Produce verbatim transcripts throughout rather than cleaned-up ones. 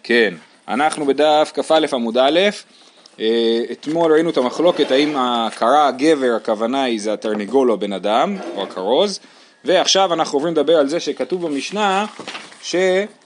כן, אנחנו בדף כ"א עמוד א', אתמול ראינו את המחלוקת האם הקרא הגבר, הכוונה היא זה התרנגול או בן אדם או הכרוז, ועכשיו אנחנו עוברים לדבר על זה שכתוב במשנה ש...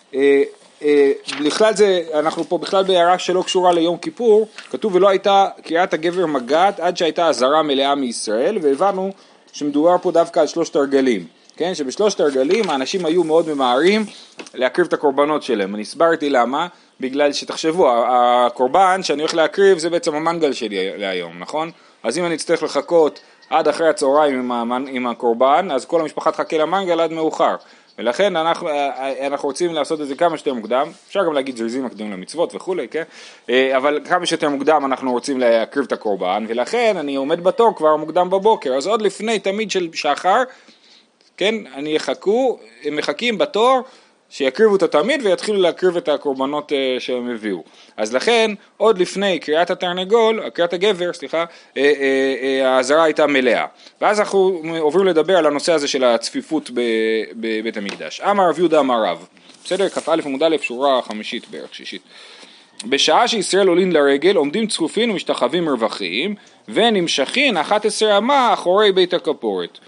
בכלל זה, אנחנו פה בכלל בהערה שלא קשורה ליום כיפור, כתוב ולא הייתה קריאת הגבר מגעת עד שהייתה הזרה מלאה מישראל, והבנו שמדובר פה דווקא על שלושת הרגלים, כן? שבשלושת הרגלים האנשים היו מאוד ממהרים להקריב את הקורבנות שלהם. אני הסברתי למה, בגלל שתחשבו, הקורבן שאני הולך להקריב זה בעצם המנגל שלי להיום, נכון? אז אם אני אצטרך לחכות עד אחרי הצהריים עם, עם הקורבן, אז כל המשפחה תחכה למנגל עד מאוחר. ולכן אנחנו, אנחנו רוצים לעשות את זה כמה שיותר מוקדם, אפשר גם להגיד זריזים מקדימים למצוות וכולי, כן? אבל כמה שיותר מוקדם אנחנו רוצים להקריב את הקורבן, ולכן אני עומד בתור כבר מוקדם בבוקר, אז עוד לפני תמיד של שחר, כן, אני יחכו, הם מחכים בתור, שיקריבו את התמיד ויתחילו להקריב את הקורבנות שהם הביאו. אז לכן, עוד לפני קריאת התרנגול, קריאת הגבר, סליחה, הזרה הייתה מלאה. ואז אנחנו עוברים לדבר על הנושא הזה של הצפיפות בבית המקדש. אמר רב יהודה אמר רב, בסדר? כ"א עמוד א', שורה חמישית בערך, שישית. בשעה שישראל עולים לרגל, עומדים צפופים ומשתחווים מרווחים, ונמשכים אחת עשרה אמה אחורי בית הכפורת.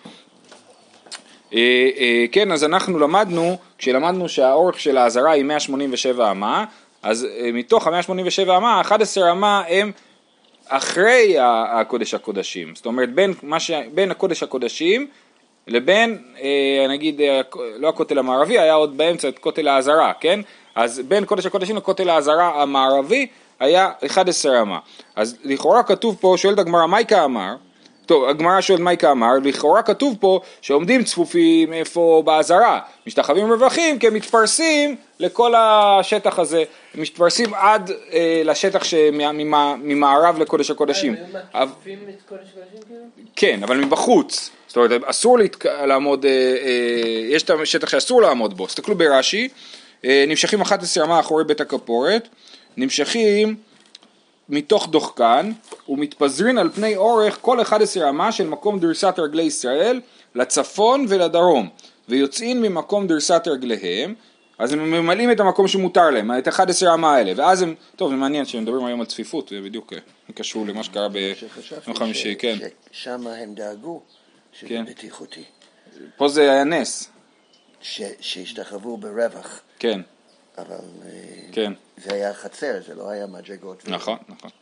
כן, אז אנחנו למדנו, כשלמדנו שהאורך של העזרה היא מאה שמונים ושבע אמה, אז מתוך ה-מאה שמונים ושבע אמה, אחת עשרה אמה הם אחרי הקודש הקודשים. זאת אומרת, בין, ש... בין הקודש הקודשים לבין, נגיד, לא הכותל המערבי, היה עוד באמצע את כותל העזרה, כן? אז בין קודש הקודשים לכותל העזרה המערבי היה אחת עשרה אמה. אז לכאורה כתוב פה, שואלת הגמרא, מייקה אמר, טוב, הגמרא שואלת מייקה אמר, לכאורה כתוב פה שעומדים צפופים איפה בעזרה, משתחווים מרווחים כי הם מתפרסים לכל השטח הזה, מתפרסים עד אה, לשטח שממערב לקודש הקודשים. הם מצפים את קודש הקודשים כאילו? כן, אבל מבחוץ, זאת אומרת, אסור להתק... לעמוד, אה, אה, יש את השטח שאסור לעמוד בו, תסתכלו ברש"י, אה, נמשכים אחת עשרה אמה אחורי בית הכפורת, נמשכים מתוך דוחקן, ומתפזרין על פני אורך כל אחד עשרה אמה של מקום דריסת רגלי ישראל לצפון ולדרום, ויוצאים ממקום דריסת רגליהם, אז הם ממלאים את המקום שמותר להם, את אחד עשרה אמה האלה, ואז הם, טוב, זה מעניין שמדברים היום על צפיפות, זה בדיוק קשור למה שקרה ביום חמישי, כן. ששם הם דאגו שזה בטיחותי. פה זה היה נס. שהשתחוו ברווח. כן. אבל כן. זה היה חצר, זה לא היה מדרגות. נכון, נכון.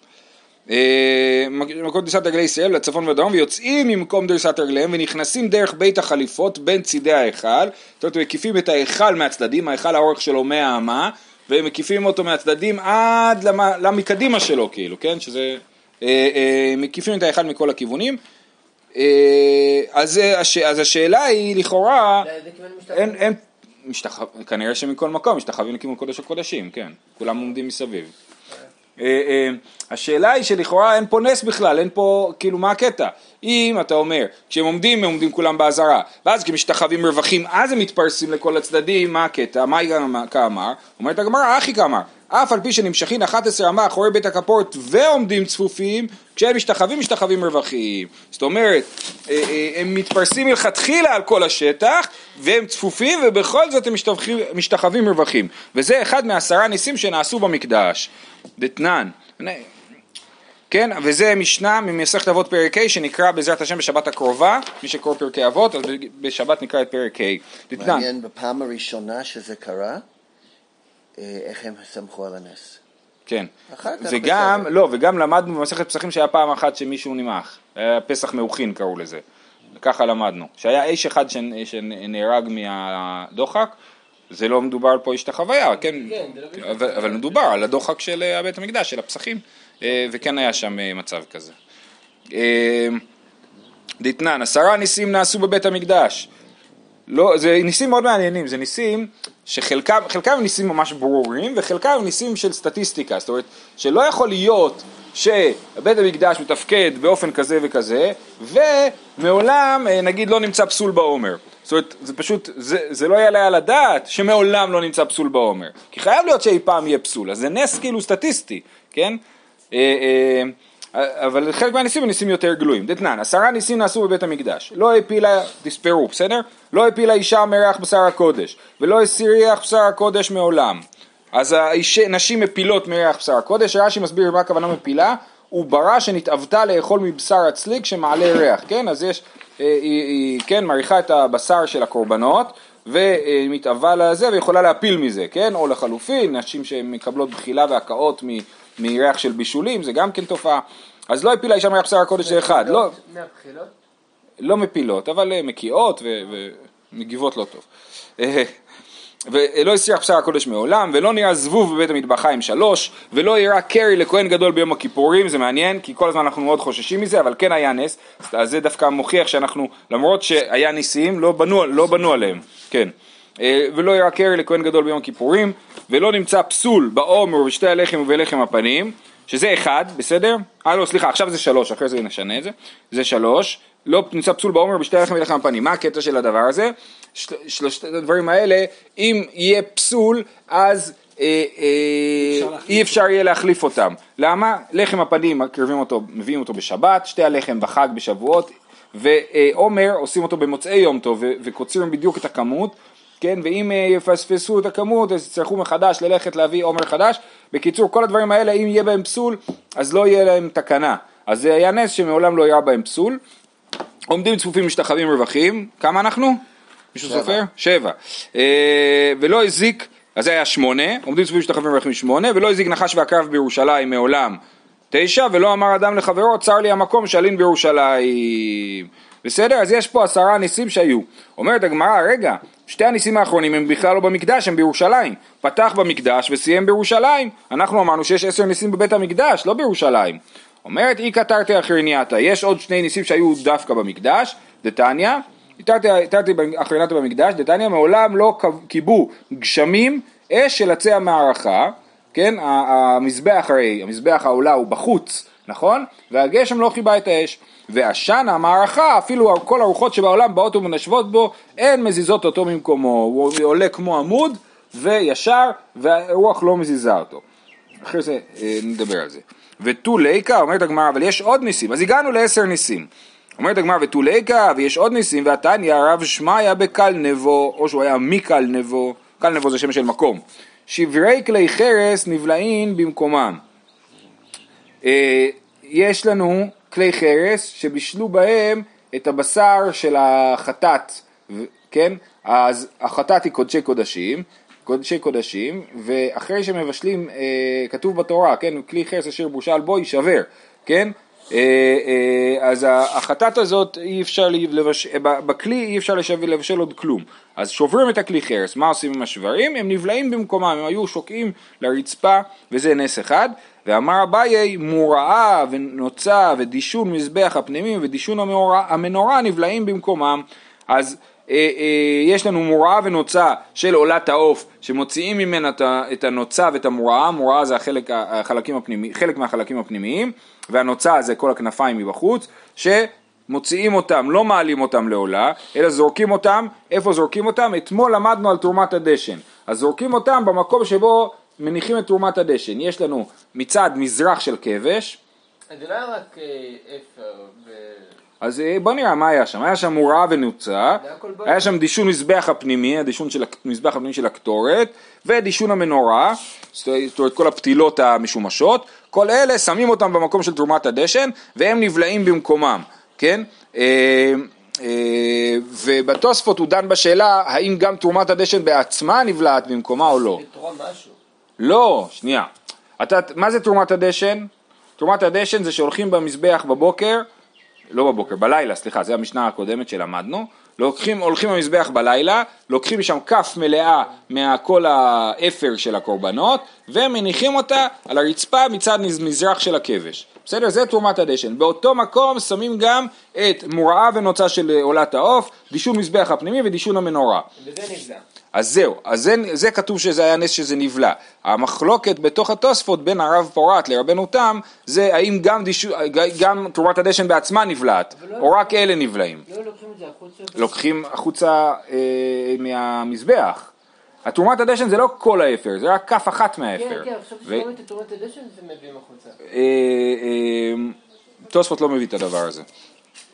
מקום דריסת רגלי ישראל לצפון ודרום, ויוצאים ממקום דריסת רגליהם ונכנסים דרך בית החליפות בין צידי ההיכל, זאת אומרת, מקיפים את ההיכל מהצדדים, ההיכל האורך שלו מאה אמה, והם מקיפים אותו מהצדדים עד למקדימה שלו, כאילו, כן? שזה, מקיפים את ההיכל מכל הכיוונים. אז השאלה היא, לכאורה, אין, אין, משתחו... כנראה שמכל מקום משתחווים לכיוון קודש הקודשים, כן, כולם עומדים מסביב. השאלה היא שלכאורה אין פה נס בכלל, אין פה, כאילו, מה הקטע? אם אתה אומר, כשהם עומדים, הם עומדים כולם בעזרה, ואז כשמשתחווים מרווחים, אז הם מתפרסים לכל הצדדים, מה הקטע? מה כאמר? אומרת הגמרא, אחי כאמר, אף על פי שנמשכים אחת עשרה אמה אחורי בית הכפורת ועומדים צפופים, כשהם משתחווים, משתחווים מרווחים. זאת אומרת, הם מתפרסים מלכתחילה על כל השטח, והם צפופים, ובכל זאת הם משתחווים מרווחים. וזה אחד מעשרה ניסים שנעשו במקדש. דתנן. כן, וזה משנה ממסכת אבות פרק ה' שנקרא בעזרת השם בשבת הקרובה, מי שקורא פרקי אבות, אז בשבת נקרא את פרק ה'. מעניין, בפעם הראשונה שזה קרה, איך הם סמכו על הנס. כן, וגם, לא, וגם למדנו במסכת פסחים שהיה פעם אחת שמישהו נמח, היה פסח מאוחין קראו לזה, ככה למדנו, שהיה איש אחד שנהרג מהדוחק, זה לא מדובר על פה איש החוויה, כן, אבל מדובר על הדוחק של בית המקדש, של הפסחים, וכן היה שם מצב כזה. דתנן, עשרה ניסים נעשו בבית המקדש, לא, זה ניסים מאוד מעניינים, זה ניסים שחלקם, חלקם הם ניסים ממש ברורים, וחלקם הם ניסים של סטטיסטיקה, זאת אומרת, שלא יכול להיות שבית המקדש מתפקד באופן כזה וכזה, ומעולם, נגיד, לא נמצא פסול בעומר. זאת אומרת, זה פשוט, זה, זה לא יעלה על הדעת שמעולם לא נמצא פסול בעומר. כי חייב להיות שאי פעם יהיה פסול, אז זה נס כאילו סטטיסטי, כן? אבל חלק מהניסים הם ניסים יותר גלויים. דתנן, עשרה ניסים נעשו בבית המקדש. לא הפילה, תספרו, בסדר? לא הפילה אישה מריח בשר הקודש, ולא הסיריח בשר הקודש מעולם. אז האיש, נשים מפילות מריח בשר הקודש, רש"י מסביר מה הכוונה מפילה, הוא ברא שנתאבתה לאכול מבשר הצליק שמעלה ריח, כן? אז יש, היא, היא, כן, מעריכה את הבשר של הקורבנות, ומתאבה לזה ויכולה להפיל מזה, כן? או לחלופין, נשים שמקבלות בחילה והקאות מ, מריח של בישולים, זה גם כן תופעה. אז לא הפילה אישה מריח בשר הקודש זה אחד, לא, מהבחילות? לא מפילות, אבל מקיאות ומגיבות לא טוב. ולא יסריח בשר הקודש מעולם, ולא נראה זבוב בבית המטבחיים שלוש, ולא יראה קרי לכהן גדול ביום הכיפורים, זה מעניין, כי כל הזמן אנחנו מאוד חוששים מזה, אבל כן היה נס, אז זה דווקא מוכיח שאנחנו, למרות שהיה ניסים, לא בנו, לא בנו עליהם, כן. ולא יראה קרי לכהן גדול ביום הכיפורים, ולא נמצא פסול בעומר ובשתי הלחם ובלחם הפנים, שזה אחד, בסדר? אה לא, סליחה, עכשיו זה שלוש, אחרי זה נשנה את זה, זה שלוש, לא נמצא פסול בעומר בשתי הלחם ובלחם הפנים, מה הקטע של הדבר הזה? של, שלושת הדברים האלה, אם יהיה פסול, אז אה, אה, אי אפשר יהיה להחליף אותם. למה? לחם הפנים מקרבים אותו, מביאים אותו בשבת, שתי הלחם בחג בשבועות, ועומר עושים אותו במוצאי יום טוב, וקוצרים בדיוק את הכמות, כן, ואם יפספסו את הכמות, אז יצטרכו מחדש ללכת להביא עומר חדש. בקיצור, כל הדברים האלה, אם יהיה בהם פסול, אז לא יהיה להם תקנה. אז זה היה נס שמעולם לא יראה בהם פסול. עומדים צפופים משתחווים רווחים, כמה אנחנו? מישהו סופר? שבע. אה, ולא הזיק, אז זה היה שמונה, עומדים צפופים משתחווים רווחים שמונה, ולא הזיק נחש ועקרב בירושלים מעולם, תשע, ולא אמר אדם לחברו, צר לי המקום שאלין בירושלים. בסדר? אז יש פה עשרה ניסים שהיו. אומרת הגמרא, רגע, שתי הניסים האחרונים הם בכלל לא במקדש, הם בירושלים. פתח במקדש וסיים בירושלים. אנחנו אמרנו שיש עשר ניסים בבית המקדש, לא בירושלים. אומרת, אי כתרתי אחרינייתה, יש עוד שני ניסים שהיו דווקא במקדש, דתניא, כתרתי אחרינייתה במקדש, דתניא מעולם לא קיבו גשמים אש של עצי המערכה, כן, המזבח הרי, המזבח העולה הוא בחוץ, נכון? והגשם לא חיבה את האש. ועשן המערכה, אפילו כל הרוחות שבעולם באות ומנשבות בו, אין מזיזות אותו ממקומו, הוא עולה כמו עמוד וישר, והרוח לא מזיזה אותו. אחרי זה נדבר על זה. ותו ליקה, אומרת הגמרא, אבל יש עוד ניסים, אז הגענו לעשר ניסים. אומרת הגמרא, ותו ליקה, ויש עוד ניסים, והתניא רב שמעיה בקל נבו, או שהוא היה מקל נבו, קל נבו זה שם של מקום. שברי כלי חרס נבלעים במקומם. יש לנו כלי חרס שבישלו בהם את הבשר של החטאת, כן? אז החטאת היא קודשי קודשים, קודשי קודשים, ואחרי שמבשלים, כתוב בתורה, כן? כלי חרס אשר בושל בו יישבר, כן? אז החטאת הזאת אי אפשר לבשל, בכלי אי אפשר לבשל עוד כלום. אז שוברים את הכלי חרס, מה עושים עם השברים? הם נבלעים במקומם, הם היו שוקעים לרצפה, וזה נס אחד. ואמר אביי, מוראה ונוצה ודישון מזבח הפנימי ודישון המנורה, המנורה נבלעים במקומם. אז אה, אה, יש לנו מוראה ונוצה של עולת העוף, שמוציאים ממנה את הנוצה ואת המוראה, מוראה זה החלק, החלקים הפנימי, חלק מהחלקים הפנימיים, והנוצה זה כל הכנפיים מבחוץ, שמוציאים אותם, לא מעלים אותם לעולה, אלא זורקים אותם. איפה זורקים אותם? אתמול למדנו על תרומת הדשן, אז זורקים אותם במקום שבו מניחים את תרומת הדשן. יש לנו מצד מזרח של כבש. זה לא היה רק אפר ו... אז בוא נראה מה היה שם. היה שם מוראה ונוצה, היה שם דישון מזבח הפנימי, הדישון של המזבח הפנימי של הקטורת, ודישון המנורה, זאת אומרת כל הפתילות המשומשות. כל אלה שמים אותם במקום של תרומת הדשן, והם נבלעים במקומם, כן? ובתוספות הוא דן בשאלה, האם גם תרומת הדשן בעצמה נבלעת במקומה או לא. לתרום משהו. לא, שנייה. אתה, מה זה תרומת הדשן? תרומת הדשן זה שהולכים במזבח בבוקר, לא בבוקר, בלילה, סליחה, זה המשנה הקודמת שלמדנו, לוקחים, הולכים במזבח בלילה, לוקחים משם כף מלאה מהכל האפר של הקורבנות, ומניחים אותה על הרצפה מצד מזרח של הכבש. בסדר? זה תרומת הדשן. באותו מקום שמים גם את מוראה ונוצה של עולת העוף, דישון מזבח הפנימי ודישון המנורה. וזה נבלע. אז זהו, אז זה, זה כתוב שזה היה נס שזה נבלע. המחלוקת בתוך התוספות בין הרב פורת לרבנו תם, זה האם גם, דישו, גם תרומת הדשן בעצמה נבלעת, לא או רק אלה נבלעים. לא לוקחים את זה החוצה? לוקחים החוצה אה, מהמזבח. התרומת הדשן זה לא כל האפר, זה רק כף אחת מהאפר. כן, כן, עכשיו ששמים את תרומת הדשן זה מביאים החוצה. תוספות לא מביא את הדבר הזה.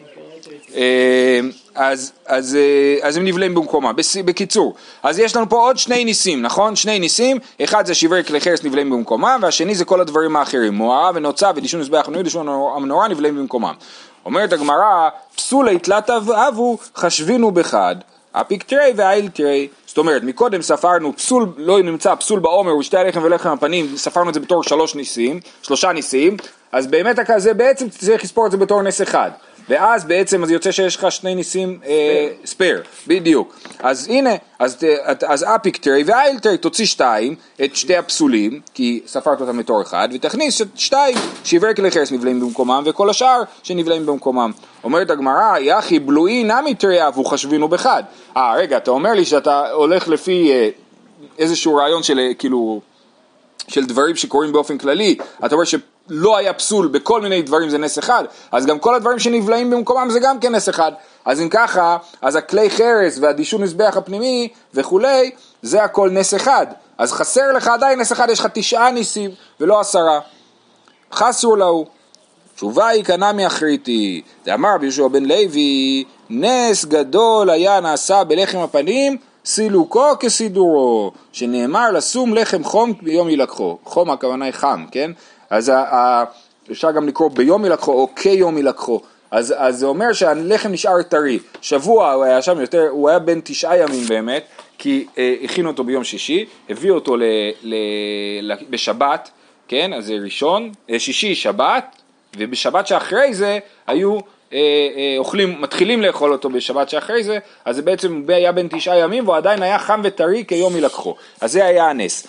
אז, אז, אז הם נבלעים במקומה. בקיצור, אז יש לנו פה עוד שני ניסים, נכון? שני ניסים, אחד זה שברי כלי חרס נבלעים במקומה, והשני זה כל הדברים האחרים, מוארה ונוצה ודישון מזבח המנורה, דישון המנורה נבלעים במקומם. אומרת הגמרא, פסולי תלת אבו חשבינו בחד, אפיק תרי ואיל תרי. זאת אומרת, מקודם ספרנו פסול, לא נמצא פסול בעומר ושתי הלחם ולחם הפנים, ספרנו את זה בתור שלוש ניסים, שלושה ניסים, אז באמת כזה בעצם צריך לספור את זה בתור נס אחד. ואז בעצם אז יוצא שיש לך שני ניסים אה, ספיר, בדיוק. אז הנה, אז, אז אפיק תרי ואיל תרי, תוציא שתיים, את שתי הפסולים, כי ספרת אותם בתור אחד, ותכניס שתיים, שברי כלי חרס נבלעים במקומם, וכל השאר שנבלעים במקומם. אומרת הגמרא, יחי בלועי נמי תרי אבו חשבינו בחד. אה, רגע, אתה אומר לי שאתה הולך לפי אה, איזשהו רעיון של, כאילו, של דברים שקורים באופן כללי, אתה אומר ש... לא היה פסול בכל מיני דברים זה נס אחד, אז גם כל הדברים שנבלעים במקומם זה גם כן נס אחד. אז אם ככה, אז הכלי חרס והדישון מזבח הפנימי וכולי, זה הכל נס אחד. אז חסר לך עדיין נס אחד, יש לך תשעה ניסים ולא עשרה. חסרו לו. תשובה היא קנה מאחריתי. זה אמר ביהושע בן לוי, נס גדול היה נעשה בלחם הפנים, סילוקו כסידורו, שנאמר לשום לחם חום ביום ילקחו. חום הכוונה היא חם, כן? אז אפשר גם לקרוא ביום ילקחו או כיום ילקחו. אז, אז זה אומר שהלחם נשאר טרי. שבוע הוא היה שם יותר, הוא היה בין תשעה ימים באמת, כי אה, הכינו אותו ביום שישי, הביאו אותו ל, ל, ל, בשבת, כן? אז זה ראשון, אה, שישי שבת, ובשבת שאחרי זה היו אה, אה, אוכלים, מתחילים לאכול אותו בשבת שאחרי זה, אז זה בעצם היה בין תשעה ימים, והוא עדיין היה חם וטרי כיום ילקחו. אז זה היה הנס.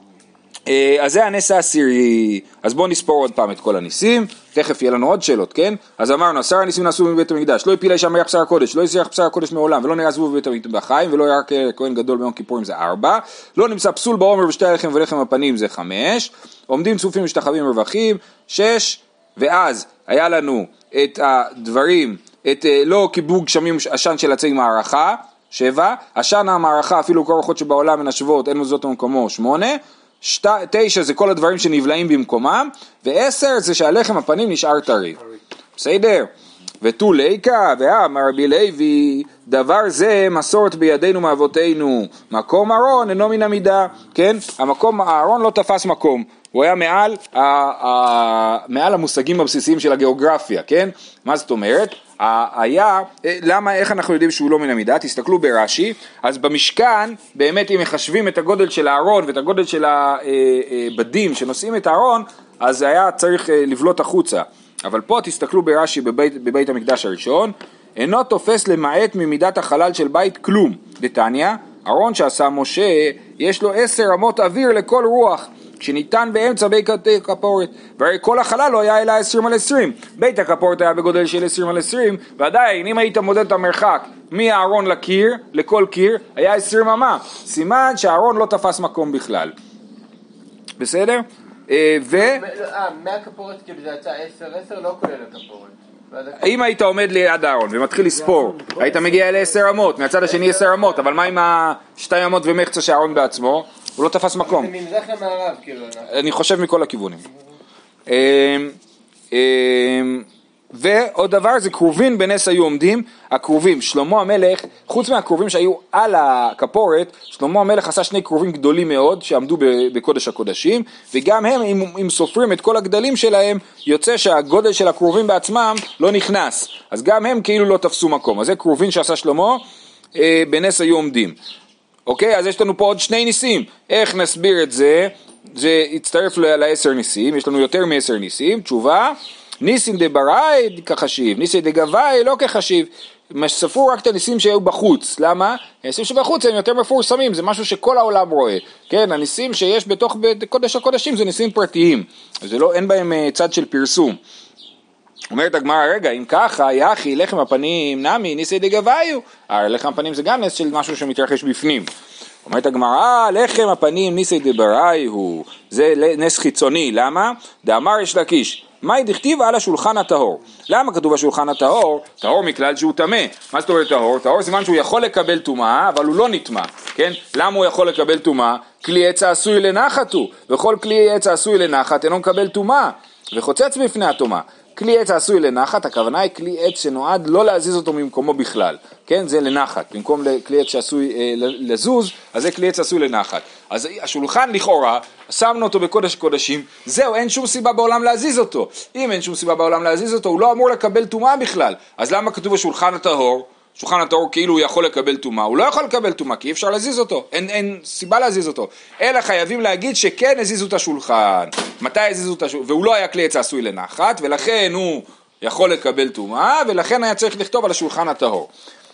אז זה הנס העשירי. אז בואו נספור עוד פעם את כל הניסים, תכף יהיה לנו עוד שאלות, כן? אז אמרנו, עשרה ניסים נעשו בבית המקדש, לא הפילה שם ריח בשר הקודש, לא יסיח בשר הקודש מעולם, ולא נראה זבוב בבית המטבחיים, ולא יראה כהן גדול ביום כיפורים, זה ארבע, לא נמצא פסול בעומר ושתי הלחם ולחם הפנים, זה חמש, עומדים צופים משתחווים רווחים, שש, ואז היה לנו את הדברים, את לא כיבוג גשמים עשן של עצי מערכה, שבע, עשן המערכה אפילו כל רוחות שבעולם מנשבות, אין מוזות במקומו, שמונה, שת, תשע זה כל הדברים שנבלעים במקומם, ועשר זה שהלחם הפנים נשאר טרי. בסדר? ותו ליקה, ואמר רבי לוי, דבר זה מסורת בידינו מאבותינו, מקום ארון אינו מן המידה, כן? המקום, הארון לא תפס מקום, הוא היה מעל, ה, ה, מעל המושגים הבסיסיים של הגיאוגרפיה, כן? מה זאת אומרת? היה, למה, איך אנחנו יודעים שהוא לא מן המידה? תסתכלו ברש"י, אז במשכן, באמת אם מחשבים את הגודל של הארון ואת הגודל של הבדים שנושאים את הארון, אז היה צריך לבלוט החוצה. אבל פה תסתכלו ברש"י בבית, בבית המקדש הראשון, אינו תופס למעט ממידת החלל של בית כלום. דתניא, ארון שעשה משה, יש לו עשר אמות אוויר לכל רוח, שניתן באמצע בית הכפורת, והרי כל החלל לא היה אלא עשרים על עשרים, בית הכפורת היה בגודל של עשרים על עשרים, ועדיין אם היית מודד את המרחק מהארון לקיר, לכל קיר, היה עשרים אמה, סימן שהארון לא תפס מקום בכלל. בסדר? ו... מהכפורת כאילו זה יצא עשר עשר, לא כולל הכפורת. אם היית עומד ליד הארון ומתחיל לספור, היית מגיע לעשר אמות, מהצד השני עשר אמות, אבל מה עם השתי אמות ומחצה שהארון בעצמו? הוא לא תפס מקום. זה ממזרח למערב, כאילו. אני חושב מכל הכיוונים. ועוד דבר, זה קרובים בנס היו עומדים, הקרובים, שלמה המלך, חוץ מהקרובים שהיו על הכפורת, שלמה המלך עשה שני קרובים גדולים מאוד, שעמדו בקודש הקודשים, וגם הם, אם, אם סופרים את כל הגדלים שלהם, יוצא שהגודל של הקרובים בעצמם לא נכנס, אז גם הם כאילו לא תפסו מקום, אז זה קרובים שעשה שלמה, בנס היו עומדים. אוקיי, אז יש לנו פה עוד שני ניסים, איך נסביר את זה? זה יצטרף לעשר ניסים, יש לנו יותר מעשר ניסים, תשובה, ניסים דבראי כחשיב, ניסים דגבאי לא כחשיב, ספרו רק את הניסים שהיו בחוץ, למה? הניסים שבחוץ הם יותר מפורסמים, זה משהו שכל העולם רואה, כן, הניסים שיש בתוך קודש הקודשים זה ניסים פרטיים, זה לא, אין בהם צד של פרסום. אומרת הגמרא, רגע, אם ככה, יחי, לחם הפנים, נמי, ניסי דגבאיו, לחם הפנים זה גם נס של משהו שמתרחש בפנים. אומרת הגמרא, לחם הפנים, ניסי דבראיו, זה נס חיצוני, למה? דאמר יש לקיש, מה דכתיב על השולחן הטהור? למה כתוב השולחן הטהור? טהור מכלל שהוא טמא. מה זאת אומרת טהור? טהור סימן שהוא יכול לקבל טומאה, אבל הוא לא נטמא, כן? למה הוא יכול לקבל טומאה? כלי עץ העשוי לנחת הוא, וכל כלי עץ העשוי לנחת אינו מקבל טומאה, וחוצץ בפני הטומאה. כלי עץ העשוי לנחת, הכוונה היא כלי עץ שנועד לא להזיז אותו ממקומו בכלל, כן? זה לנחת, במקום כלי עץ שעשוי אה, לזוז, אז זה כלי עץ עשוי לנחת. אז השולחן לכאורה, שמנו אותו בקודש קודשים, זהו, אין שום סיבה בעולם להזיז אותו. אם אין שום סיבה בעולם להזיז אותו, הוא לא אמור לקבל טומאה בכלל. אז למה כתוב השולחן הטהור? שולחן הטהור כאילו הוא יכול לקבל טומאה, הוא לא יכול לקבל טומאה כי אי אפשר להזיז אותו, אין, אין סיבה להזיז אותו, אלא חייבים להגיד שכן הזיזו את השולחן. מתי הזיזו את השולחן? והוא לא היה כלי עץ עשוי לנחת, ולכן הוא יכול לקבל טומאה, ולכן היה צריך לכתוב על השולחן הטהור.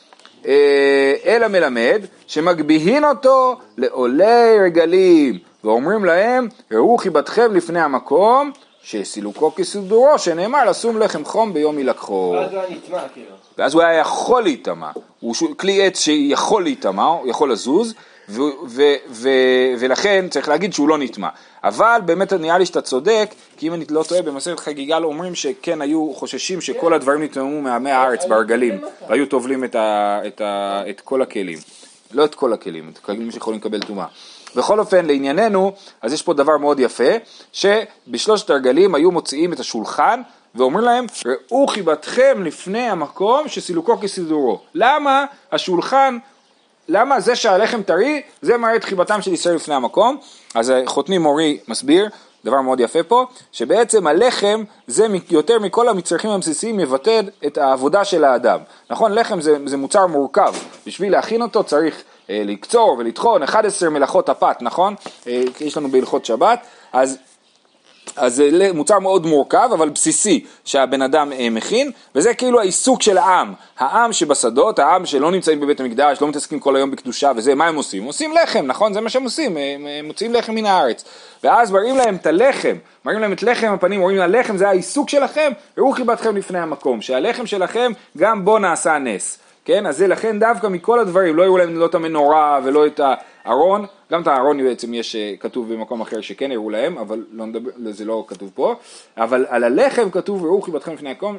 אלא מלמד שמגביהין אותו לעולי רגלים, ואומרים להם, ראו חיבתכם לפני המקום, שסילוקו כסידורו, שנאמר לשום לחם חום ביום ילקחו. ואז הוא היה נטמע כאילו. ואז הוא היה יכול להיטמע, הוא כלי עץ שיכול להיטמע, הוא יכול לזוז, ו- ו- ו- ולכן צריך להגיד שהוא לא נטמע. אבל באמת נראה לי שאתה צודק, כי אם אני לא טועה, במסכת חגיגה לא אומרים שכן היו חוששים שכל הדברים נטמעו מעמי הארץ בהרגלים, והיו טובלים את, ה- את, ה- את כל הכלים. לא את כל הכלים, את הכלים שיכולים לקבל טומאה. בכל אופן, לענייננו, אז יש פה דבר מאוד יפה, שבשלושת הרגלים היו מוציאים את השולחן, ואומרים להם, ראו חיבתכם לפני המקום שסילוקו כסידורו. למה השולחן, למה זה שהלחם טרי, זה מראה את חיבתם של ישראל לפני המקום. אז חותני מורי מסביר, דבר מאוד יפה פה, שבעצם הלחם זה יותר מכל המצרכים הבסיסיים מבטא את העבודה של האדם. נכון, לחם זה, זה מוצר מורכב, בשביל להכין אותו צריך אה, לקצור ולטחון, אחת עשרה מלאכות הפת, נכון? אה, יש לנו בהלכות שבת, אז אז זה מוצר מאוד מורכב, אבל בסיסי, שהבן אדם מכין, וזה כאילו העיסוק של העם. העם שבשדות, העם שלא נמצאים בבית המקדש, לא מתעסקים כל היום בקדושה, וזה, מה הם עושים? הם עושים לחם, נכון? זה מה שהם עושים, הם מוציאים לחם מן הארץ. ואז מראים להם את הלחם, מראים להם את לחם הפנים, אומרים הלחם זה העיסוק שלכם, ראו חיבתכם לפני המקום, שהלחם שלכם גם בו נעשה נס. כן? אז זה לכן דווקא מכל הדברים, לא יראו להם לא את המנורה ולא את הארון, גם את הארון בעצם יש כתוב במקום אחר שכן יראו להם, אבל לא נדבר, זה לא כתוב פה, אבל על הלחם כתוב ראו חיבתכם לפני המקום,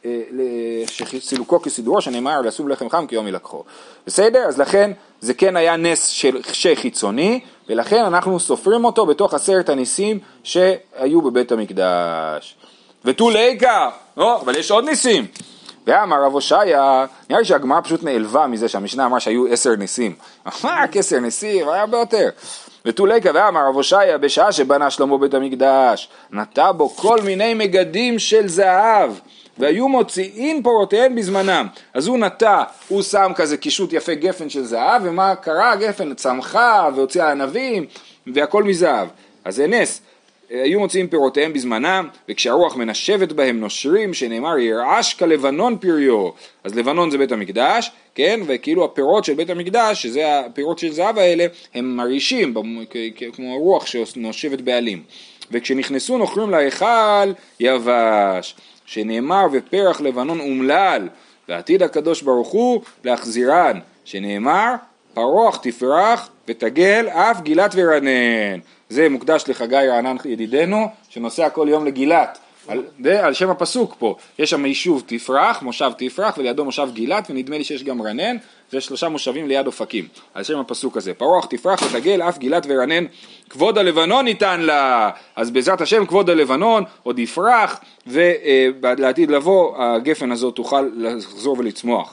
שסילוקו כסידורו, שנאמר לשום לחם חם כי יום ילקחו. בסדר? אז לכן זה כן היה נס של חיצוני, ולכן אנחנו סופרים אותו בתוך עשרת הניסים שהיו בבית המקדש. ותו ליקה, לא, אבל יש עוד ניסים. ואמר רב הושעיה, נראה לי שהגמרא פשוט נעלבה מזה שהמשנה אמרה שהיו עשר ניסים. מה רק עשר ניסים? היה הרבה יותר. ותו ליקה ואמר רב הושעיה, בשעה שבנה שלמה בית המקדש, נטע בו כל מיני מגדים של זהב, והיו מוציאים פירותיהם בזמנם. אז הוא נטע, הוא שם כזה קישוט יפה גפן של זהב, ומה קרה? הגפן צמחה והוציאה ענבים, והכל מזהב. אז זה נס. היו מוציאים פירותיהם בזמנם, וכשהרוח מנשבת בהם נושרים, שנאמר ירעש כלבנון פריו. אז לבנון זה בית המקדש, כן? וכאילו הפירות של בית המקדש, שזה הפירות של זהב האלה, הם מרעישים, כמו הרוח שנושבת בעלים. וכשנכנסו נוכרים להיכל יבש, שנאמר ופרח לבנון אומלל, ועתיד הקדוש ברוך הוא להחזירן, שנאמר פרוח תפרח ותגל אף גילת ורנן. זה מוקדש לחגי רענן ידידנו, שנוסע כל יום לגילת, על, על שם הפסוק פה, יש שם יישוב תפרח, מושב תפרח, ולידו מושב גילת, ונדמה לי שיש גם רנן, ויש שלושה מושבים ליד אופקים, על שם הפסוק הזה, פרוח תפרח ותגל אף גילת ורנן, כבוד הלבנון ניתן לה, אז בעזרת השם כבוד הלבנון עוד יפרח, ולעתיד לבוא הגפן הזאת תוכל לחזור ולצמוח.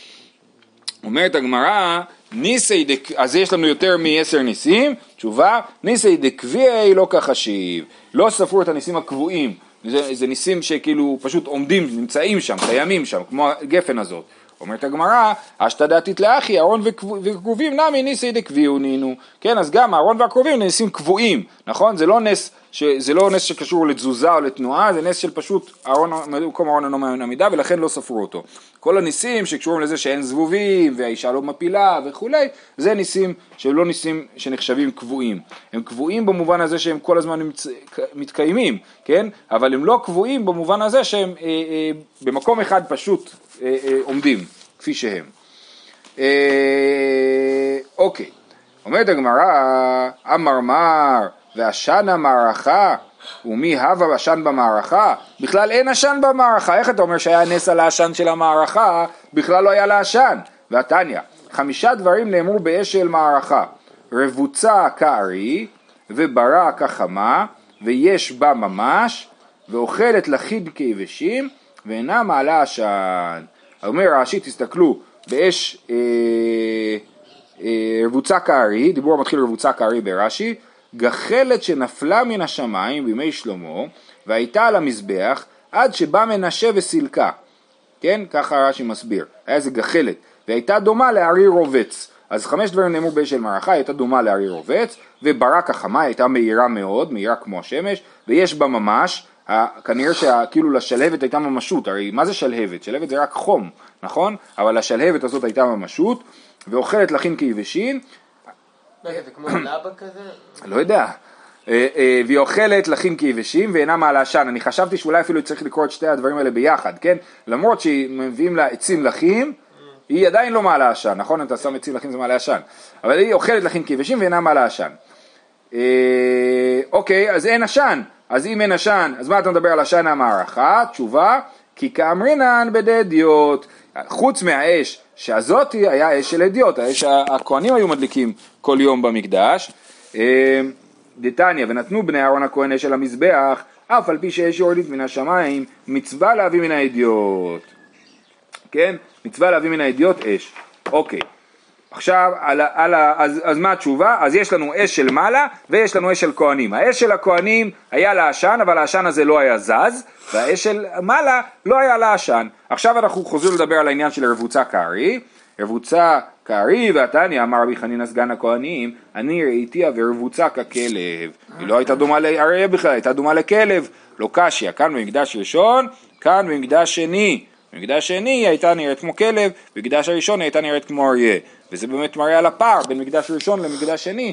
אומרת הגמרא, ניסי דק, אז יש לנו יותר מ-עשר ניסים, תשובה, ניסי דקביעי לא כחשיב, לא ספרו את הניסים הקבועים, זה, זה ניסים שכאילו פשוט עומדים, נמצאים שם, קיימים שם, כמו הגפן הזאת. אומרת הגמרא, אשתדעתית לאחי, אהרון וכרובים נמי ניסי דקביעו נינו, כן, אז גם אהרון והקרובים ניסים קבועים, נכון? זה לא נס, ש, זה לא נס שקשור לתזוזה או לתנועה, זה נס של פשוט אהרון, מקום אהרון אינו מהעמידה, ולכן לא ספרו אותו. כל הניסים שקשורים לזה שאין זבובים, והאישה לא מפילה וכולי, זה ניסים שלא ניסים שנחשבים קבועים. הם קבועים במובן הזה שהם כל הזמן נמצ... מתקיימים, כן? אבל הם לא קבועים במובן הזה שהם אה, אה, במקום אחד פשוט אה, אה, עומדים, כפי שהם. אה, אוקיי, אומרת הגמרא, המרמר ועשן המערכה, ומי הווה עשן במערכה? בכלל אין עשן במערכה. איך אתה אומר שהיה נס על העשן של המערכה? בכלל לא היה לה עשן. והתניא, חמישה דברים נאמרו באש של מערכה, רבוצה כארי, וברע כחמה, ויש בה ממש, ואוכלת לחיד כיבשים ואינה מעלה עשן. אומר רש"י, תסתכלו, באש אה, אה, רבוצה כארי, דיבור מתחיל רבוצה כארי ברש"י, גחלת שנפלה מן השמיים בימי שלמה והייתה על המזבח עד שבא מנשה וסילקה. כן, ככה רש"י מסביר, היה איזה גחלת, והייתה דומה לארי רובץ. אז חמש דברים נאמרו באש של מערכה, הייתה דומה לארי רובץ, וברק החמה הייתה מהירה מאוד, מהירה כמו השמש, ויש בה ממש, כנראה שכאילו לשלהבת הייתה ממשות, הרי מה זה שלהבת? שלהבת זה רק חום, נכון? אבל לשלהבת הזאת הייתה ממשות, ואוכלת לחין כיבשין. זה כמו לבה כזה? לא יודע. והיא אוכלת לחין כיבשים ואינה מעלה עשן. אני חשבתי שאולי אפילו צריך לקרוא את שתי הדברים האלה ביחד, כן? למרות שמביאים לה עצים לחים, היא עדיין לא מעלה עשן, נכון? אתה שם עצים לחים זה מעלה עשן. אבל היא אוכלת לחין כיבשים ואינה מעלה עשן. אוקיי, אז אין עשן. אז אם אין עשן, אז מה אתה מדבר על עשן המערכה? תשובה, כי כאמרינן בדדיות. חוץ מהאש שהזאתי היה אש של אדיוט, האש הכהנים היו מדליקים כל יום במקדש. דתניא, ונתנו בני אהרון הכהן אש על המזבח, אף על פי שאש יורדית מן השמיים, מצווה להביא מן האדיוט. כן? מצווה להביא מן האדיוט אש. אוקיי. עכשיו, על, על, אז, אז מה התשובה? אז יש לנו אש של מעלה ויש לנו אש של כהנים. האש של הכהנים היה לה עשן, אבל העשן הזה לא היה זז, והאש של מעלה לא היה לה עשן. עכשיו אנחנו חוזרים לדבר על העניין של רבוצה כארי. רבוצה כארי והתניא, אמר רבי חנינא סגן הכהנים, אני ראיתיה ורבוצה ככלב. היא לא הייתה דומה לאריה בכלל, הייתה דומה לכלב. לא קשיא, כאן במקדש ראשון, כאן במקדש שני. במקדש שני היא הייתה נראית כמו כלב, במקדש הראשון היא הייתה נראית כמו אריה. וזה באמת מראה על הפער בין מקדש ראשון למקדש שני,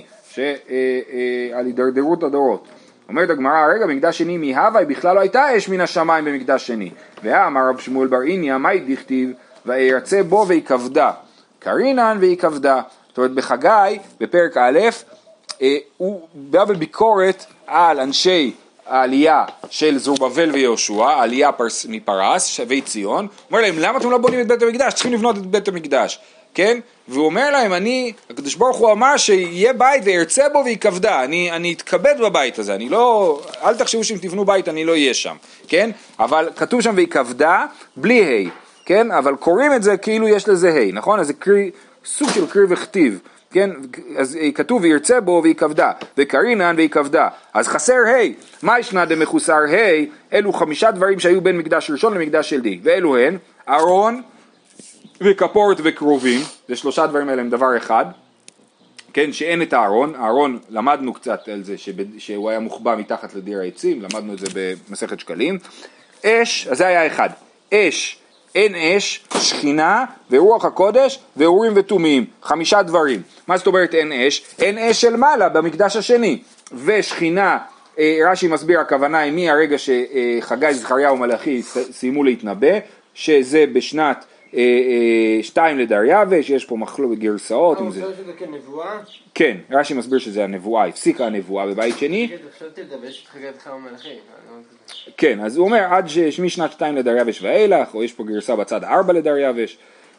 שעל הידרדרות הדורות. אומרת הגמרא, הרגע מקדש שני מהווה, היא בכלל לא הייתה אש מן השמיים במקדש שני. ואמר רב שמואל בר איניא, מה דכתיב? וירצה בו והיא כבדה. קרינן והיא כבדה. זאת אומרת, בחגי, בפרק א', הוא בא בביקורת על אנשי העלייה של זרובבל ויהושע, העלייה מפרס, שבי ציון. אומר להם, למה אתם לא בונים את בית המקדש? צריכים לבנות את בית המקדש. כן? והוא אומר להם, אני, הקדוש ברוך הוא אמר שיהיה בית וירצה בו והיא כבדה, אני, אני אתכבד בבית הזה, אני לא, אל תחשבו שאם תבנו בית אני לא אהיה שם, כן? אבל כתוב שם והיא כבדה, בלי ה', כן? אבל קוראים את זה כאילו יש לזה ה', נכון? אז זה קרי, סוג של קרי וכתיב, כן? אז כתוב וירצה בו והיא כבדה, וקרינן והיא כבדה, אז חסר ה', מה ישנה דמחוסר ה', אלו חמישה דברים שהיו בין מקדש ראשון למקדש של די, ואלו הן, ארון, וכפורת וקרובים, זה שלושה דברים האלה הם דבר אחד, כן, שאין את הארון, הארון למדנו קצת על זה שבד... שהוא היה מוחבא מתחת לדיר העצים, למדנו את זה במסכת שקלים, אש, אז זה היה אחד, אש, אין אש, שכינה ורוח הקודש ואורים ותומים, חמישה דברים, מה זאת אומרת אין אש? אין אש של מעלה במקדש השני, ושכינה, רש"י מסביר הכוונה היא מהרגע שחגי זכריה ומלאכי סיימו להתנבא, שזה בשנת שתיים לדריווש, יש פה מחלוקת גרסאות. הוא מסביר שזה כנבואה? כן, רש"י מסביר שזה הנבואה, הפסיקה הנבואה בבית שני. חשבתי לדבר שתחגי את חם המלאכי. כן, אז הוא אומר עד משנת שתיים לדריווש ואילך, או יש פה גרסה בצד ארבע לדריווש,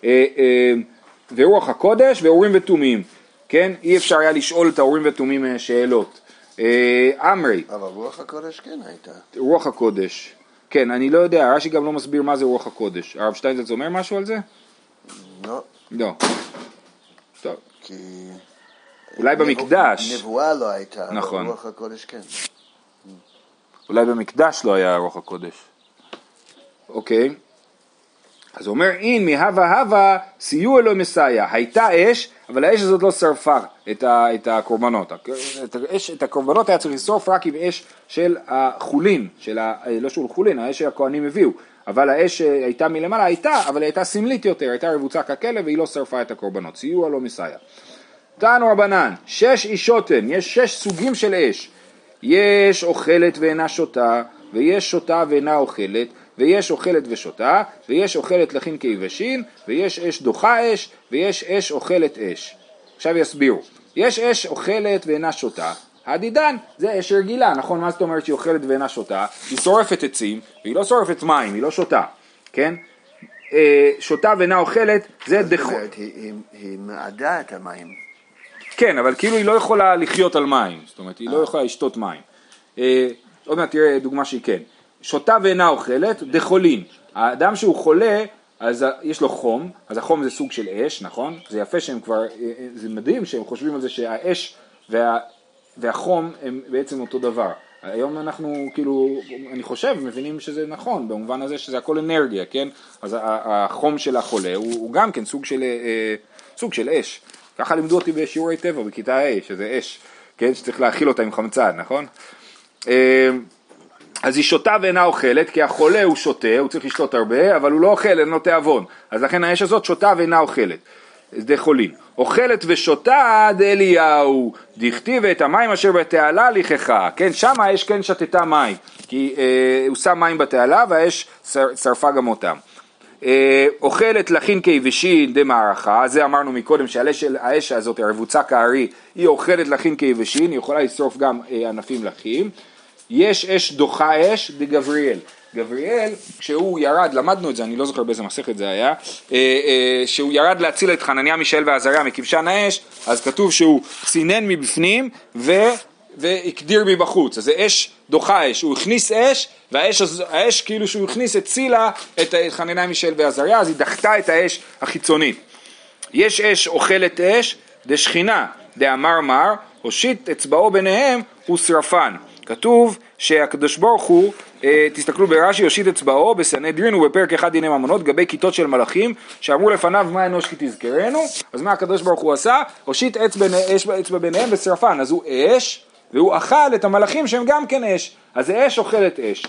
ורוח הקודש ואורים ותומים, כן, אי אפשר היה לשאול את האורים ותומים שאלות. אמרי. אבל רוח הקודש כן הייתה. רוח הקודש. כן, אני לא יודע, רש"י גם לא מסביר מה זה רוח הקודש. הרב שטיינזלץ אומר משהו על זה? לא. לא. טוב. כי... אולי במקדש. נבואה לא הייתה, נכון. אבל רוח הקודש כן. אולי במקדש לא היה רוח הקודש. אוקיי. אז הוא אומר, אין מהווה הווה סיוע אלוהי מסייע. הייתה אש, אבל האש הזאת לא שרפה את, ה, את הקורבנות. את, האש, את הקורבנות היה צריך לשרוף רק עם אש של החולין, של ה, לא של חולין, האש שהכהנים הביאו. אבל האש הייתה מלמעלה, הייתה, אבל היא הייתה סמלית יותר, הייתה רבוצה ככלב והיא לא שרפה את הקורבנות. סיוע לא מסייע. תענו רבנן, שש אישותן, יש שש סוגים של אש. יש אוכלת ואינה שותה, ויש שותה ואינה אוכלת, ויש אוכלת ושותה, ויש אוכלת לחין כיבשין, ויש אש דוחה אש, ויש אש אוכלת אש. עכשיו יסבירו. יש אש אוכלת ואינה שותה, הדידן זה אש רגילה, נכון? מה זאת אומרת שהיא אוכלת ואינה שותה? היא שורפת עצים, והיא לא שורפת מים, היא לא שותה, כן? שותה ואינה אוכלת, זה דחו... זאת אומרת, היא, היא, היא מעדה את המים. כן, אבל כאילו היא לא יכולה לחיות על מים, זאת אומרת, היא לא יכולה לשתות מים. עוד מעט תראה דוגמה שהיא כן. שותה ואינה אוכלת, דחולין. האדם שהוא חולה, אז יש לו חום, אז החום זה סוג של אש, נכון? זה יפה שהם כבר, זה מדהים שהם חושבים על זה שהאש וה, והחום הם בעצם אותו דבר. היום אנחנו כאילו, אני חושב, מבינים שזה נכון, במובן הזה שזה הכל אנרגיה, כן? אז החום של החולה הוא, הוא גם כן סוג של, סוג של אש. ככה לימדו אותי בשיעורי טבע בכיתה A, שזה אש, כן? שצריך להכיל אותה עם חמצן, נכון? אז היא שותה ואינה אוכלת, כי החולה הוא שותה, הוא צריך לשתות הרבה, אבל הוא לא אוכל, אין לו תיאבון. אז לכן האש הזאת שותה ואינה אוכלת. זה חולין. אוכלת ושותה דאליהו, דכתיב את המים אשר בתעלה לכחה. כן, שם האש כן שתתה מים, כי אה, הוא שם מים בתעלה והאש שרפה גם אותם. אה, אוכלת לחין כיבשין דמערכה, זה אמרנו מקודם שהאש הזאת, הרבוצה כארי, היא אוכלת לחין כיבשין, היא יכולה לשרוף גם אה, ענפים לחים. יש אש דוחה אש דגבריאל. גבריאל, כשהוא ירד, למדנו את זה, אני לא זוכר באיזה מסכת זה היה, שהוא ירד להציל את חנניה, מישאל ועזריה מכבשן האש, אז כתוב שהוא צינן מבפנים ו... והקדיר מבחוץ. אז זה אש דוחה אש, הוא הכניס אש, והאש האש, כאילו שהוא הכניס הצילה את חנניה, מישאל ועזריה, אז היא דחתה את האש החיצונית. יש אש אוכלת אש, דשכינה, דאמר מר, הושיט אצבעו ביניהם, הוא שרפן. כתוב שהקדוש ברוך הוא, תסתכלו ברש"י, יושיט אצבעו בסנהדרין ובפרק אחד דיני ממונות, גבי כיתות של מלאכים שאמרו לפניו מה אנוש כי תזכרנו. אז מה הקדוש ברוך הוא עשה? הושיט אצבע ביניהם ושרפן. אז הוא אש, והוא אכל את המלאכים שהם גם כן אש. אז זה אש אוכלת אש.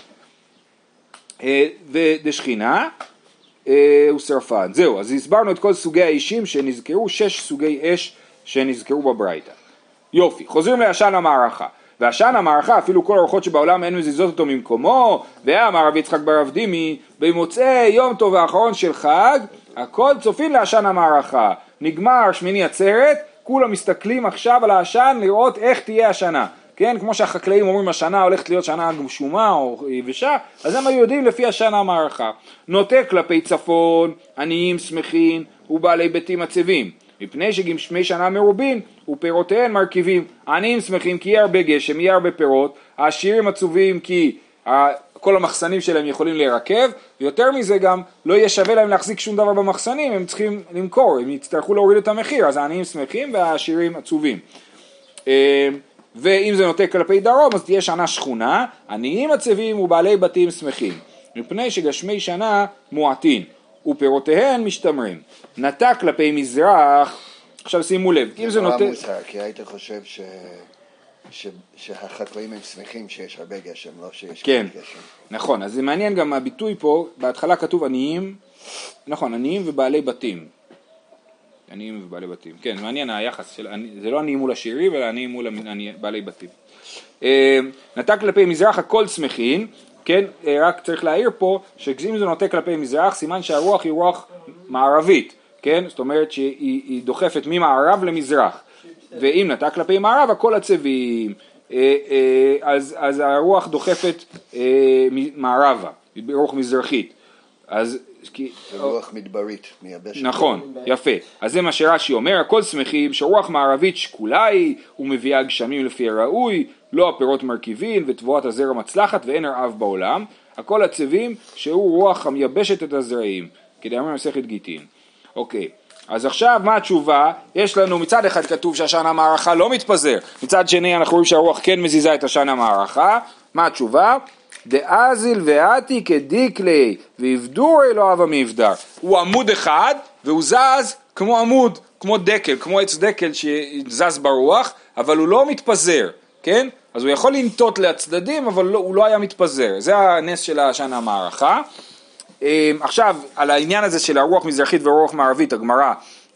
ודשכינה הוא שרפן. זהו, אז הסברנו את כל סוגי האישים שנזכרו, שש סוגי אש שנזכרו בברייתא. יופי, חוזרים לעשן המערכה. ועשן המערכה, אפילו כל הרוחות שבעולם אין מזיזות אותו ממקומו, ואמר רבי יצחק בר אבדימי, במוצאי יום טוב האחרון של חג, הכל צופין לעשן המערכה. נגמר שמיני עצרת, כולם מסתכלים עכשיו על העשן לראות איך תהיה השנה. כן, כמו שהחקלאים אומרים השנה הולכת להיות שנה גשומה או יבשה, אז הם יודעים לפי השן המערכה. נוטה כלפי צפון, עניים שמחים ובעלי ביתים עצבים. מפני שגשמי שנה מרובין ופירותיהן מרכיבים. עניים שמחים כי יהיה הרבה גשם, יהיה הרבה פירות, העשירים עצובים כי כל המחסנים שלהם יכולים להירקב, ויותר מזה גם לא יהיה שווה להם להחזיק שום דבר במחסנים, הם צריכים למכור, הם יצטרכו להוריד את המחיר, אז העניים שמחים והעשירים עצובים. ואם זה נוטה כלפי דרום, אז תהיה שנה שכונה, עניים עצבים ובעלי בתים שמחים, מפני שגשמי שנה מועטין. ופירותיהן משתמרים. נטה כלפי מזרח, עכשיו שימו לב, אם זה נוטה... זה נורא מוזר, כי היית חושב ש... ש... שהחקלאים הם שמחים שיש הרבה גשם, לא שיש כן, גשם. נכון, אז זה מעניין גם הביטוי פה, בהתחלה כתוב עניים, נכון, עניים ובעלי בתים. עניים ובעלי בתים, כן, מעניין היחס של, זה לא עניים מול עשירים, אלא עניים מול בעלי בתים. נטה כלפי מזרח הכל שמחים, כן, רק צריך להעיר פה, שאם זה נוטה כלפי מזרח, סימן שהרוח היא רוח מערבית, כן, זאת אומרת שהיא דוחפת ממערב למזרח, ואם נטה כלפי מערב, הכל עצבים, אז, אז הרוח דוחפת מערבה, רוח מזרחית, אז... זה רוח מדברית, מייבשת. נכון, יפה, אז זה מה שרש"י אומר, הכל שמחים שרוח מערבית שקולה היא, ומביאה גשמים לפי הראוי, לא הפירות מרכיבים ותבואת הזרע מצלחת ואין רעב בעולם, הכל עצבים שהוא רוח המייבשת את הזרעים, כדי אמר מסכת גיטין. אוקיי, אז עכשיו מה התשובה? יש לנו מצד אחד כתוב שהשן המערכה לא מתפזר, מצד שני אנחנו רואים שהרוח כן מזיזה את השן המערכה, מה התשובה? דאזיל ואתי כדיקלי ויבדור אלוהיו המבדר. הוא עמוד אחד והוא זז כמו עמוד, כמו דקל, כמו עץ דקל שזז ברוח, אבל הוא לא מתפזר, כן? אז הוא יכול לנטות לצדדים, אבל לא, הוא לא היה מתפזר. זה הנס של השן המערכה. עכשיו, על העניין הזה של הרוח מזרחית ורוח מערבית, הגמרא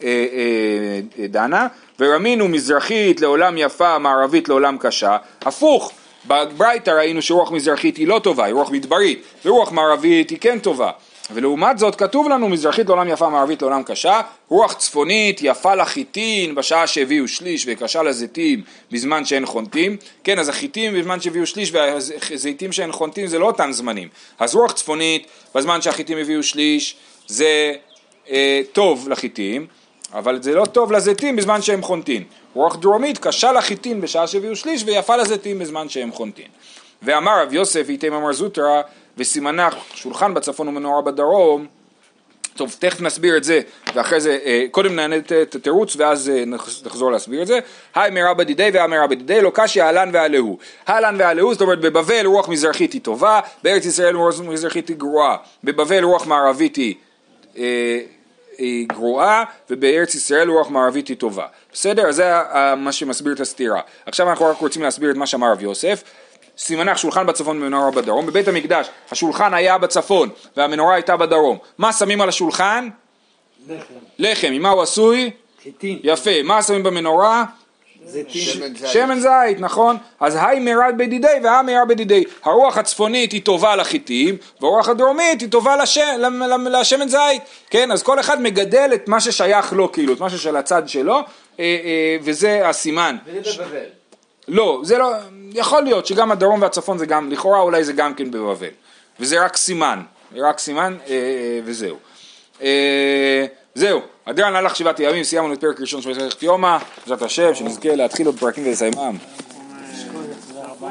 דנה, ורמינו מזרחית לעולם יפה, מערבית לעולם קשה, הפוך. בברייתא ראינו שרוח מזרחית היא לא טובה, היא רוח מדברית, ורוח מערבית היא כן טובה. ולעומת זאת כתוב לנו מזרחית לעולם יפה, מערבית לעולם קשה, רוח צפונית יפה לחיטין בשעה שהביאו שליש וקשה לזיתים בזמן שאין חונטים. כן, אז החיטים בזמן שהביאו שליש והזיתים שאין חונטים זה לא אותם זמנים. אז רוח צפונית בזמן שהחיטים הביאו שליש זה אה, טוב לחיטים, אבל זה לא טוב לזיתים בזמן שהם חונטים. רוח דרומית קשה לחיטין בשעה שהביאו שליש ויפה לזיתים בזמן שהם חונטין. ואמר רב יוסף איתם אמר זוטרא וסימנה שולחן בצפון ומנורה בדרום. טוב, תכף נסביר את זה, ואחרי זה, קודם נענה את התירוץ, ואז נחזור להסביר את זה. היי מרבא דידי והי מרבא דידי, לא קשיא אהלן והלהו. אהלן והלהו, זאת אומרת, בבבל רוח מזרחית היא טובה, בארץ ישראל רוח מזרחית היא גרועה, בבבל רוח מערבית היא, אה, היא גרועה, ובארץ ישראל רוח מערבית היא טובה. בסדר? אז זה מה שמסביר את הסתירה. עכשיו אנחנו רק רוצים להסביר את מה שאמר רב יוסף. סימנך שולחן בצפון ומנורה בדרום. בבית המקדש השולחן היה בצפון והמנורה הייתה בדרום. מה שמים על השולחן? לחם. לחם. ממה הוא עשוי? חיטין. יפה. מה שמים במנורה? זיתים. שמן זית. שמן זית, נכון? אז היי מרד בדידי והי מרד בדידי. הרוח הצפונית היא טובה לחיטים, והרוח הדרומית היא טובה לש... לשמן זית. כן? אז כל אחד מגדל את מה ששייך לו, כאילו, את מה ששל הצד שלו, וזה הסימן. וזה בבבל. לא, זה לא, יכול להיות שגם הדרום והצפון זה גם, לכאורה אולי זה גם כן בבבל. וזה רק סימן, רק סימן אה, וזהו. אה, זהו, אדרן הלך שבעת ימים, סיימנו את פרק ראשון של מסכת יומא, בעזרת השם, שנזכה להתחיל עוד פרקים ולסיימם.